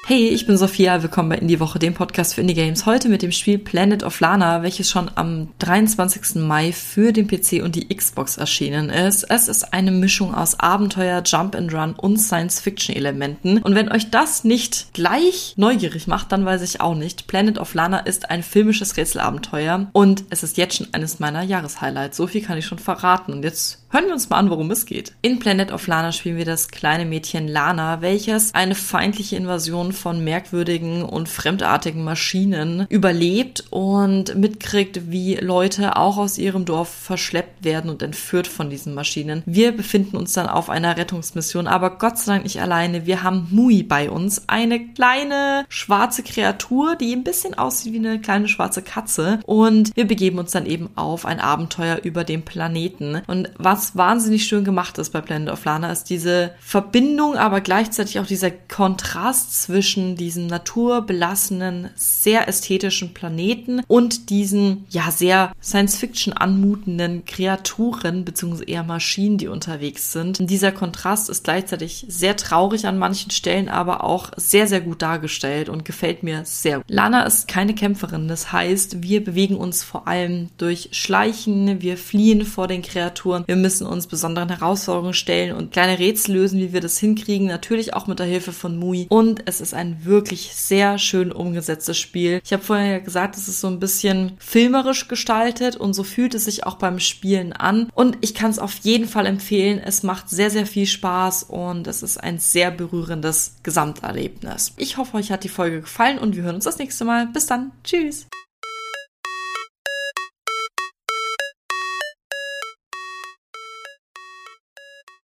Hey, ich bin Sophia, willkommen bei Indie Woche, dem Podcast für Indie Games. Heute mit dem Spiel Planet of Lana, welches schon am 23. Mai für den PC und die Xbox erschienen ist. Es ist eine Mischung aus Abenteuer, Jump and Run und Science-Fiction-Elementen. Und wenn euch das nicht gleich neugierig macht, dann weiß ich auch nicht. Planet of Lana ist ein filmisches Rätselabenteuer und es ist jetzt schon eines meiner Jahreshighlights. So viel kann ich schon verraten. Und jetzt hören wir uns mal an, worum es geht. In Planet of Lana spielen wir das kleine Mädchen Lana, welches eine feindliche Invasion von merkwürdigen und fremdartigen Maschinen überlebt und mitkriegt, wie Leute auch aus ihrem Dorf verschleppt werden und entführt von diesen Maschinen. Wir befinden uns dann auf einer Rettungsmission, aber Gott sei Dank nicht alleine. Wir haben Mui bei uns, eine kleine schwarze Kreatur, die ein bisschen aussieht wie eine kleine schwarze Katze, und wir begeben uns dann eben auf ein Abenteuer über den Planeten. Und was wahnsinnig schön gemacht ist bei Planet of Lana, ist diese Verbindung, aber gleichzeitig auch dieser Kontrast zwischen diesen naturbelassenen, sehr ästhetischen Planeten und diesen, ja, sehr Science-Fiction anmutenden Kreaturen, beziehungsweise eher Maschinen, die unterwegs sind. Und dieser Kontrast ist gleichzeitig sehr traurig an manchen Stellen, aber auch sehr, sehr gut dargestellt und gefällt mir sehr. Lana ist keine Kämpferin, das heißt, wir bewegen uns vor allem durch Schleichen, wir fliehen vor den Kreaturen, wir müssen uns besonderen Herausforderungen stellen und kleine Rätsel lösen, wie wir das hinkriegen, natürlich auch mit der Hilfe von Mui, und es ist ein wirklich sehr schön umgesetztes Spiel. Ich habe vorher ja gesagt, es ist so ein bisschen filmerisch gestaltet und so fühlt es sich auch beim Spielen an, und ich kann es auf jeden Fall empfehlen. Es macht sehr, sehr viel Spaß und es ist ein sehr berührendes Gesamterlebnis. Ich hoffe, euch hat die Folge gefallen und wir hören uns das nächste Mal. Bis dann. Tschüss.